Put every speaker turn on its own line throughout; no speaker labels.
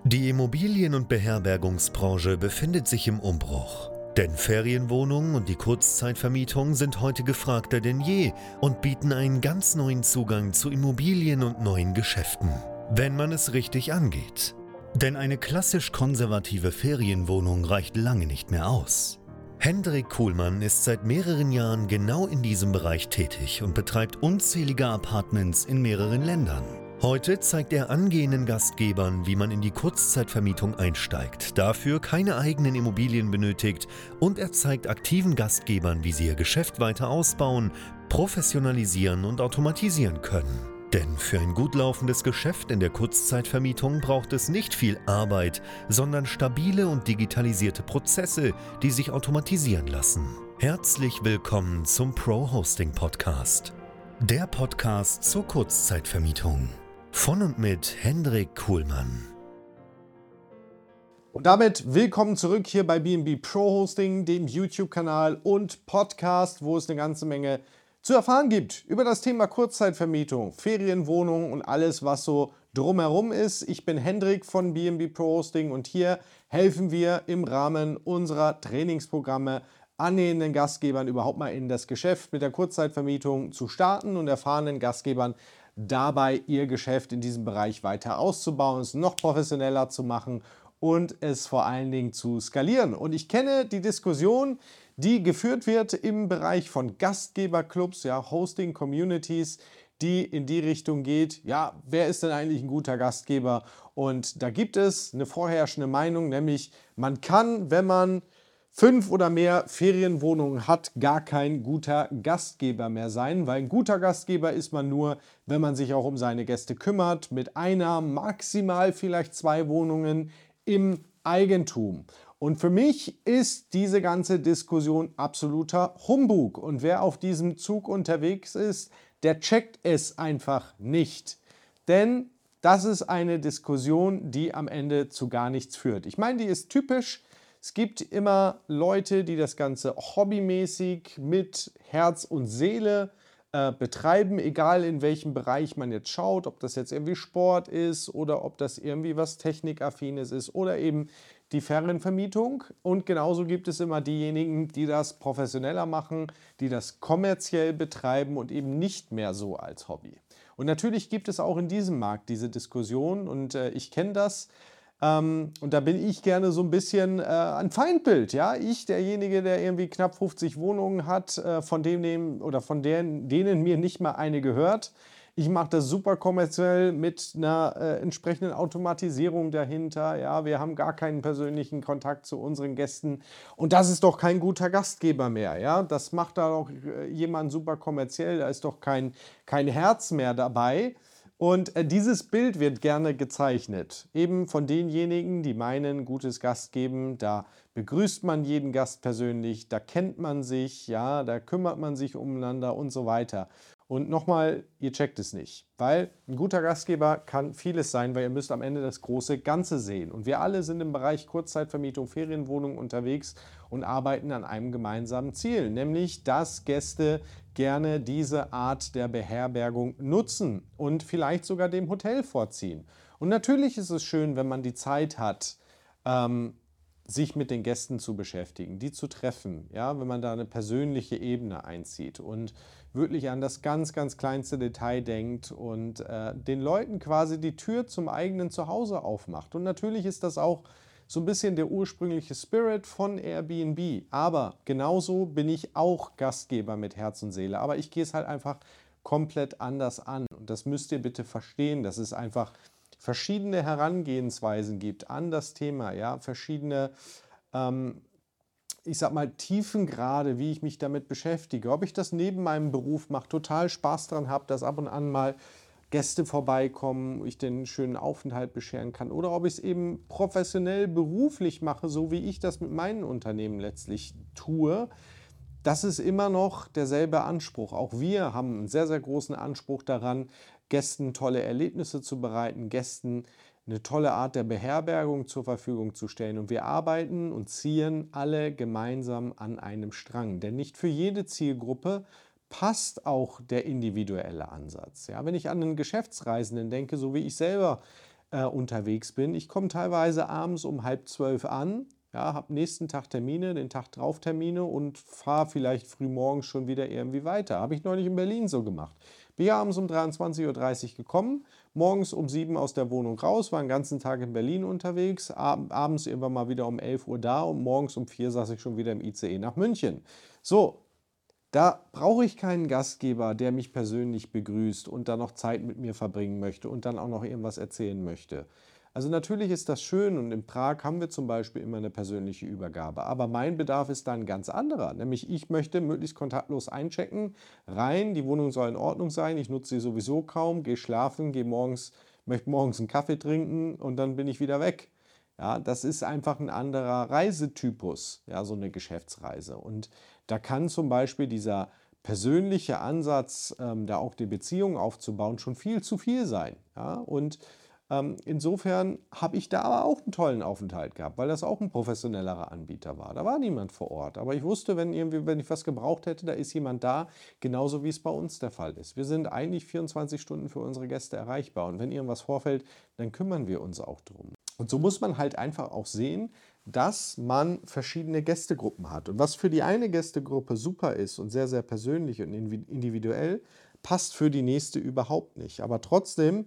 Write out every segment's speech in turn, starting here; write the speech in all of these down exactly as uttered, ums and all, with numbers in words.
Die Immobilien- und Beherbergungsbranche befindet sich im Umbruch. Denn Ferienwohnungen und die Kurzzeitvermietung sind heute gefragter denn je und bieten einen ganz neuen Zugang zu Immobilien und neuen Geschäften, wenn man es richtig angeht. Denn eine klassisch konservative Ferienwohnung reicht lange nicht mehr aus. Hendrik Kuhlmann ist seit mehreren Jahren genau in diesem Bereich tätig und betreibt unzählige Apartments in mehreren Ländern. Heute zeigt er angehenden Gastgebern, wie man in die Kurzzeitvermietung einsteigt, dafür keine eigenen Immobilien benötigt, und er zeigt aktiven Gastgebern, wie sie ihr Geschäft weiter ausbauen, professionalisieren und automatisieren können. Denn für ein gut laufendes Geschäft in der Kurzzeitvermietung braucht es nicht viel Arbeit, sondern stabile und digitalisierte Prozesse, die sich automatisieren lassen. Herzlich willkommen zum Pro Hosting Podcast. Der Podcast zur Kurzzeitvermietung. Von und mit Hendrik Kuhlmann.
Und damit willkommen zurück hier bei B and B Pro Hosting, dem YouTube-Kanal und Podcast, wo es eine ganze Menge zu erfahren gibt über das Thema Kurzzeitvermietung, Ferienwohnungen und alles, was so drumherum ist. Ich bin Hendrik von B and B Pro Hosting und hier helfen wir im Rahmen unserer Trainingsprogramme angehenden Gastgebern überhaupt mal in das Geschäft mit der Kurzzeitvermietung zu starten und erfahrenen Gastgebern dabei ihr Geschäft in diesem Bereich weiter auszubauen, es noch professioneller zu machen und es vor allen Dingen zu skalieren. Und ich kenne die Diskussion, die geführt wird im Bereich von Gastgeberclubs, ja, Hosting-Communities, die in die Richtung geht, ja, wer ist denn eigentlich ein guter Gastgeber? Und da gibt es eine vorherrschende Meinung, nämlich man kann, wenn man fünf oder mehr Ferienwohnungen hat, gar kein guter Gastgeber mehr sein, weil ein guter Gastgeber ist man nur, wenn man sich auch um seine Gäste kümmert, mit einer, maximal vielleicht zwei Wohnungen im Eigentum. Und für mich ist diese ganze Diskussion absoluter Humbug. Und wer auf diesem Zug unterwegs ist, der checkt es einfach nicht. Denn das ist eine Diskussion, die am Ende zu gar nichts führt. Ich meine, die ist typisch. Es gibt immer Leute, die das Ganze hobbymäßig mit Herz und Seele äh, betreiben, egal in welchem Bereich man jetzt schaut, ob das jetzt irgendwie Sport ist oder ob das irgendwie was Technikaffines ist oder eben die Ferienvermietung. Und genauso gibt es immer diejenigen, die das professioneller machen, die das kommerziell betreiben und eben nicht mehr so als Hobby. Und natürlich gibt es auch in diesem Markt diese Diskussion und äh, ich kenne das. Ähm, und da bin ich gerne so ein bisschen äh, ein Feindbild. Ja? Ich, derjenige, der irgendwie knapp fünfzig Wohnungen hat, äh, von dem oder von denen, denen mir nicht mal eine gehört. Ich mache das super kommerziell mit einer äh, entsprechenden Automatisierung dahinter. Ja? Wir haben gar keinen persönlichen Kontakt zu unseren Gästen. Und das ist doch kein guter Gastgeber mehr. Ja? Das macht da doch äh, jemand super kommerziell. Da ist doch kein, kein Herz mehr dabei. Und äh, dieses Bild wird gerne gezeichnet, eben von denjenigen, die meinen, gutes Gastgeben, da begrüßt man jeden Gast persönlich, da kennt man sich, ja, da kümmert man sich umeinander und so weiter. Und nochmal, ihr checkt es nicht, weil ein guter Gastgeber kann vieles sein, weil ihr müsst am Ende das große Ganze sehen. Und wir alle sind im Bereich Kurzzeitvermietung, Ferienwohnungen unterwegs und arbeiten an einem gemeinsamen Ziel, nämlich, dass Gäste gerne diese Art der Beherbergung nutzen und vielleicht sogar dem Hotel vorziehen. Und natürlich ist es schön, wenn man die Zeit hat, ähm, sich mit den Gästen zu beschäftigen, die zu treffen, ja, wenn man da eine persönliche Ebene einzieht und wirklich an das ganz, ganz kleinste Detail denkt und äh, den Leuten quasi die Tür zum eigenen Zuhause aufmacht. Und natürlich ist das auch so ein bisschen der ursprüngliche Spirit von Airbnb. Aber genauso bin ich auch Gastgeber mit Herz und Seele. Aber ich gehe es halt einfach komplett anders an. Und das müsst ihr bitte verstehen, dass es einfach verschiedene Herangehensweisen gibt an das Thema. Ja? Verschiedene, ähm, ich sag mal, Tiefengrade, wie ich mich damit beschäftige. Ob ich das neben meinem Beruf mache, total Spaß dran habe, dass ab und an mal Gäste vorbeikommen, ich den schönen Aufenthalt bescheren kann oder ob ich es eben professionell beruflich mache, so wie ich das mit meinen Unternehmen letztlich tue, das ist immer noch derselbe Anspruch. Auch wir haben einen sehr, sehr großen Anspruch daran, Gästen tolle Erlebnisse zu bereiten, Gästen eine tolle Art der Beherbergung zur Verfügung zu stellen. Und wir arbeiten und ziehen alle gemeinsam an einem Strang. Denn nicht für jede Zielgruppe passt auch der individuelle Ansatz. Ja, wenn ich an einen Geschäftsreisenden denke, so wie ich selber äh, unterwegs bin. Ich komme teilweise abends um halb zwölf an, ja, habe nächsten Tag Termine, den Tag drauf Termine und fahre vielleicht früh morgens schon wieder irgendwie weiter. Habe ich neulich in Berlin so gemacht. Bin ja abends um dreiundzwanzig Uhr dreißig gekommen, morgens um sieben aus der Wohnung raus, war den ganzen Tag in Berlin unterwegs, ab, abends irgendwann mal wieder um elf Uhr da und morgens um vier saß ich schon wieder im I C E nach München. So, da brauche ich keinen Gastgeber, der mich persönlich begrüßt und dann noch Zeit mit mir verbringen möchte und dann auch noch irgendwas erzählen möchte. Also natürlich ist das schön und in Prag haben wir zum Beispiel immer eine persönliche Übergabe. Aber mein Bedarf ist dann ein ganz anderer. Nämlich ich möchte möglichst kontaktlos einchecken, rein, die Wohnung soll in Ordnung sein, ich nutze sie sowieso kaum, gehe schlafen, gehe morgens, möchte morgens einen Kaffee trinken und dann bin ich wieder weg. Ja, das ist einfach ein anderer Reisetypus, ja, so eine Geschäftsreise. Und da kann zum Beispiel dieser persönliche Ansatz, ähm, da auch die Beziehung aufzubauen, schon viel zu viel sein. Ja? Und ähm, insofern habe ich da aber auch einen tollen Aufenthalt gehabt, weil das auch ein professionellerer Anbieter war. Da war niemand vor Ort. Aber ich wusste, wenn, irgendwie, wenn ich was gebraucht hätte, da ist jemand da, genauso wie es bei uns der Fall ist. Wir sind eigentlich vierundzwanzig Stunden für unsere Gäste erreichbar. Und wenn irgendwas vorfällt, dann kümmern wir uns auch drum. Und so muss man halt einfach auch sehen, dass man verschiedene Gästegruppen hat. Und was für die eine Gästegruppe super ist und sehr, sehr persönlich und individuell, passt für die nächste überhaupt nicht. Aber trotzdem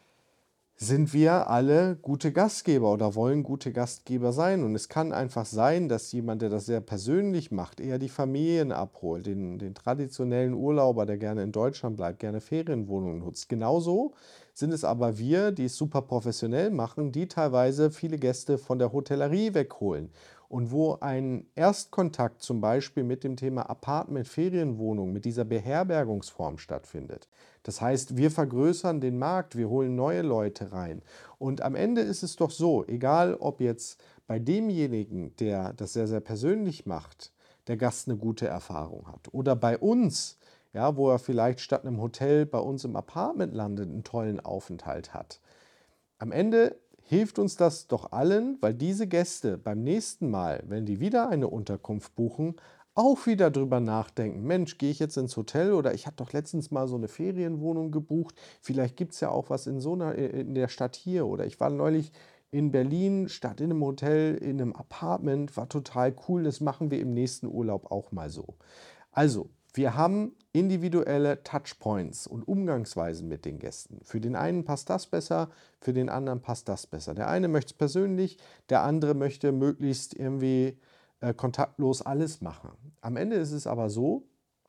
sind wir alle gute Gastgeber oder wollen gute Gastgeber sein. Und es kann einfach sein, dass jemand, der das sehr persönlich macht, eher die Familien abholt, den, den traditionellen Urlauber, der gerne in Deutschland bleibt, gerne Ferienwohnungen nutzt. Genauso sind es aber wir, die es super professionell machen, die teilweise viele Gäste von der Hotellerie wegholen. Und wo ein Erstkontakt zum Beispiel mit dem Thema Apartment, Ferienwohnung, mit dieser Beherbergungsform stattfindet. Das heißt, wir vergrößern den Markt, wir holen neue Leute rein. Und am Ende ist es doch so, egal ob jetzt bei demjenigen, der das sehr, sehr persönlich macht, der Gast eine gute Erfahrung hat, oder bei uns, ja, wo er vielleicht statt einem Hotel bei uns im Apartment landet, einen tollen Aufenthalt hat. Am Ende hilft uns das doch allen, weil diese Gäste beim nächsten Mal, wenn die wieder eine Unterkunft buchen, auch wieder drüber nachdenken, Mensch, gehe ich jetzt ins Hotel oder ich habe doch letztens mal so eine Ferienwohnung gebucht, vielleicht gibt es ja auch was in so einer, in der Stadt hier oder ich war neulich in Berlin, statt in einem Hotel, in einem Apartment, war total cool, das machen wir im nächsten Urlaub auch mal so. Also, wir haben individuelle Touchpoints und Umgangsweisen mit den Gästen. Für den einen passt das besser, für den anderen passt das besser. Der eine möchte es persönlich, der andere möchte möglichst irgendwie äh, kontaktlos alles machen. Am Ende ist es aber so,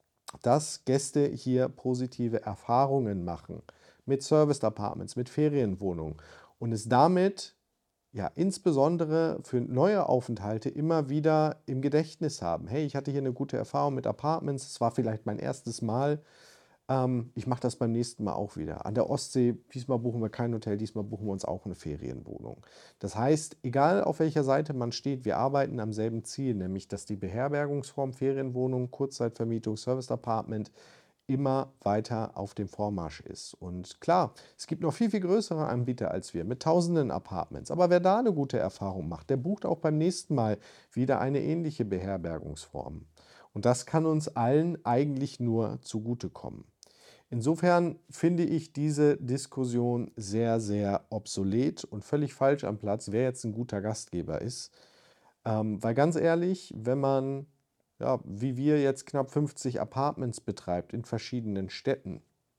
dass Gäste hier positive Erfahrungen machen mit Serviced Apartments, mit Ferienwohnungen und es damit ja, insbesondere für neue Aufenthalte immer wieder im Gedächtnis haben. Hey, ich hatte hier eine gute Erfahrung mit Apartments, es war vielleicht mein erstes Mal. Ähm, ich mache das beim nächsten Mal auch wieder. An der Ostsee, diesmal buchen wir kein Hotel, diesmal buchen wir uns auch eine Ferienwohnung. Das heißt, egal auf welcher Seite man steht, wir arbeiten am selben Ziel, nämlich dass die Beherbergungsform Ferienwohnung, Kurzzeitvermietung, Serviced Apartment immer weiter auf dem Vormarsch ist. Und klar, es gibt noch viel, viel größere Anbieter als wir mit tausenden Apartments. Aber wer da eine gute Erfahrung macht, der bucht auch beim nächsten Mal wieder eine ähnliche Beherbergungsform. Und das kann uns allen eigentlich nur zugutekommen. Insofern finde ich diese Diskussion sehr, sehr obsolet und völlig falsch am Platz, wer jetzt ein guter Gastgeber ist. Ähm, weil ganz ehrlich, wenn man ja, wie wir jetzt knapp fünfzig Apartments betreibt in verschiedenen Städten,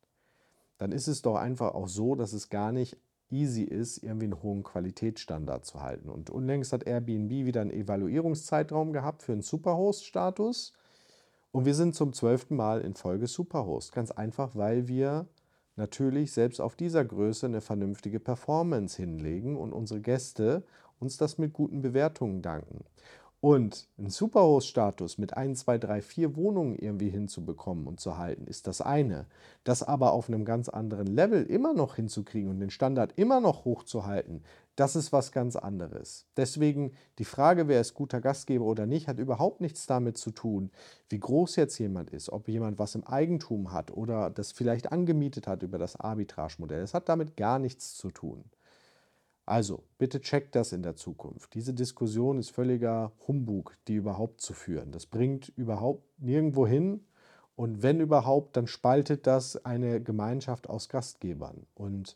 dann ist es doch einfach auch so, dass es gar nicht easy ist, irgendwie einen hohen Qualitätsstandard zu halten. Und unlängst hat Airbnb wieder einen Evaluierungszeitraum gehabt für einen Superhost-Status. Und wir sind zum zwölften Mal in Folge Superhost. Ganz einfach, weil wir natürlich selbst auf dieser Größe eine vernünftige Performance hinlegen und unsere Gäste uns das mit guten Bewertungen danken. Und einen Superhost-Status mit ein, zwei, drei, vier Wohnungen irgendwie hinzubekommen und zu halten, ist das eine. Das aber auf einem ganz anderen Level immer noch hinzukriegen und den Standard immer noch hochzuhalten, das ist was ganz anderes. Deswegen die Frage, wer ist guter Gastgeber oder nicht, hat überhaupt nichts damit zu tun, wie groß jetzt jemand ist, ob jemand was im Eigentum hat oder das vielleicht angemietet hat über das Arbitrage-Modell. Es hat damit gar nichts zu tun. Also, bitte checkt das in der Zukunft. Diese Diskussion ist völliger Humbug, die überhaupt zu führen. Das bringt überhaupt nirgendwo hin. Und wenn überhaupt, dann spaltet das eine Gemeinschaft aus Gastgebern. Und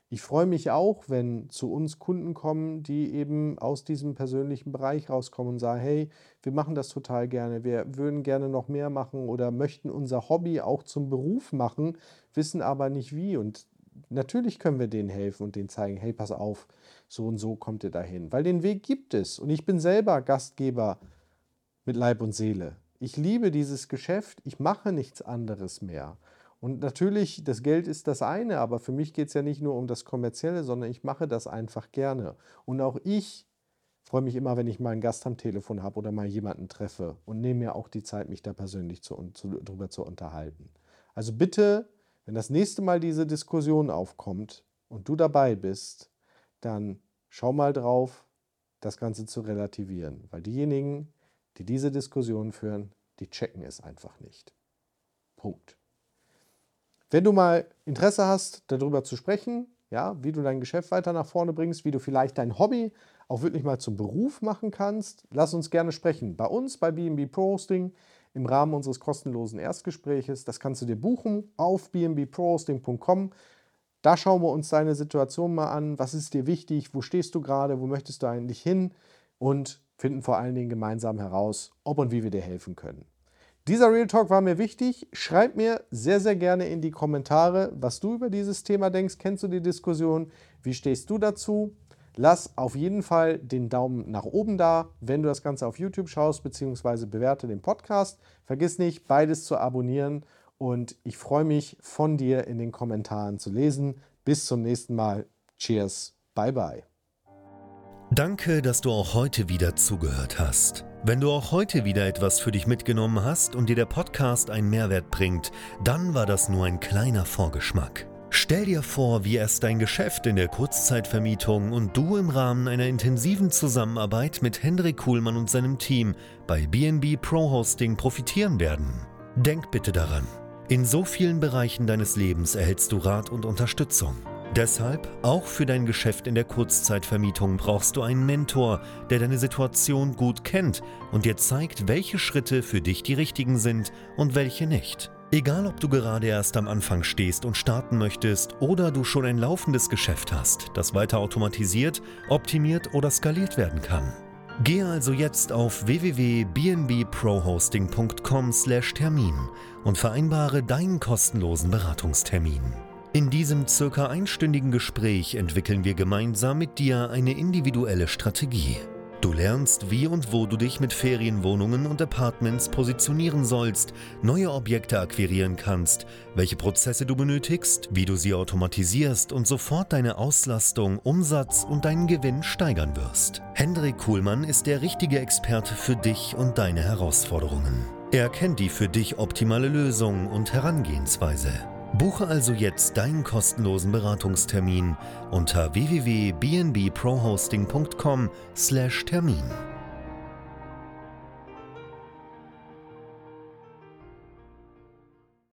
Ich freue mich auch, wenn zu uns Kunden kommen, die eben aus diesem persönlichen Bereich rauskommen und sagen, hey, wir machen das total gerne, wir würden gerne noch mehr machen oder möchten unser Hobby auch zum Beruf machen, wissen aber nicht wie. Und natürlich können wir denen helfen und denen zeigen, hey, pass auf, so und so kommt ihr dahin. Weil den Weg gibt es. Und ich bin selber Gastgeber mit Leib und Seele. Ich liebe dieses Geschäft, ich mache nichts anderes mehr. Und natürlich, das Geld ist das eine, aber für mich geht es ja nicht nur um das Kommerzielle, sondern ich mache das einfach gerne. Und auch ich freue mich immer, wenn ich mal einen Gast am Telefon habe oder mal jemanden treffe und nehme mir auch die Zeit, mich da persönlich zu, zu, drüber zu unterhalten. Also bitte, wenn das nächste Mal diese Diskussion aufkommt und du dabei bist, dann schau mal drauf, das Ganze zu relativieren. Weil diejenigen, die diese Diskussion führen, die checken es einfach nicht. Punkt. Wenn du mal Interesse hast, darüber zu sprechen, ja, wie du dein Geschäft weiter nach vorne bringst, wie du vielleicht dein Hobby auch wirklich mal zum Beruf machen kannst, lass uns gerne sprechen. Bei uns, bei B and B Pro Hosting, im Rahmen unseres kostenlosen Erstgespräches. Das kannst du dir buchen auf b n b pro hosting punkt com. Da schauen wir uns deine Situation mal an. Was ist dir wichtig? Wo stehst du gerade? Wo möchtest du eigentlich hin? Und finden vor allen Dingen gemeinsam heraus, ob und wie wir dir helfen können. Dieser Real Talk war mir wichtig. Schreib mir sehr, sehr gerne in die Kommentare, was du über dieses Thema denkst. Kennst du die Diskussion? Wie stehst du dazu? Lass auf jeden Fall den Daumen nach oben da, wenn du das Ganze auf YouTube schaust, beziehungsweise bewerte den Podcast. Vergiss nicht, beides zu abonnieren und ich freue mich, von dir in den Kommentaren zu lesen. Bis zum nächsten Mal. Cheers. Bye, bye.
Danke, dass du auch heute wieder zugehört hast. Wenn du auch heute wieder etwas für dich mitgenommen hast und dir der Podcast einen Mehrwert bringt, dann war das nur ein kleiner Vorgeschmack. Stell dir vor, wie erst dein Geschäft in der Kurzzeitvermietung und du im Rahmen einer intensiven Zusammenarbeit mit Hendrik Kuhlmann und seinem Team bei B and B Pro Hosting profitieren werden. Denk bitte daran, in so vielen Bereichen deines Lebens erhältst du Rat und Unterstützung. Deshalb, auch für dein Geschäft in der Kurzzeitvermietung brauchst du einen Mentor, der deine Situation gut kennt und dir zeigt, welche Schritte für dich die richtigen sind und welche nicht. Egal, ob du gerade erst am Anfang stehst und starten möchtest oder du schon ein laufendes Geschäft hast, das weiter automatisiert, optimiert oder skaliert werden kann. Gehe also jetzt auf w w w punkt b n b pro hosting punkt com slash Termin und vereinbare deinen kostenlosen Beratungstermin. In diesem circa einstündigen Gespräch entwickeln wir gemeinsam mit dir eine individuelle Strategie. Du lernst, wie und wo du dich mit Ferienwohnungen und Apartments positionieren sollst, neue Objekte akquirieren kannst, welche Prozesse du benötigst, wie du sie automatisierst und sofort deine Auslastung, Umsatz und deinen Gewinn steigern wirst. Hendrik Kuhlmann ist der richtige Experte für dich und deine Herausforderungen. Er kennt die für dich optimale Lösung und Herangehensweise. Buche also jetzt deinen kostenlosen Beratungstermin unter w w w punkt b n b pro hosting punkt com slash Termin.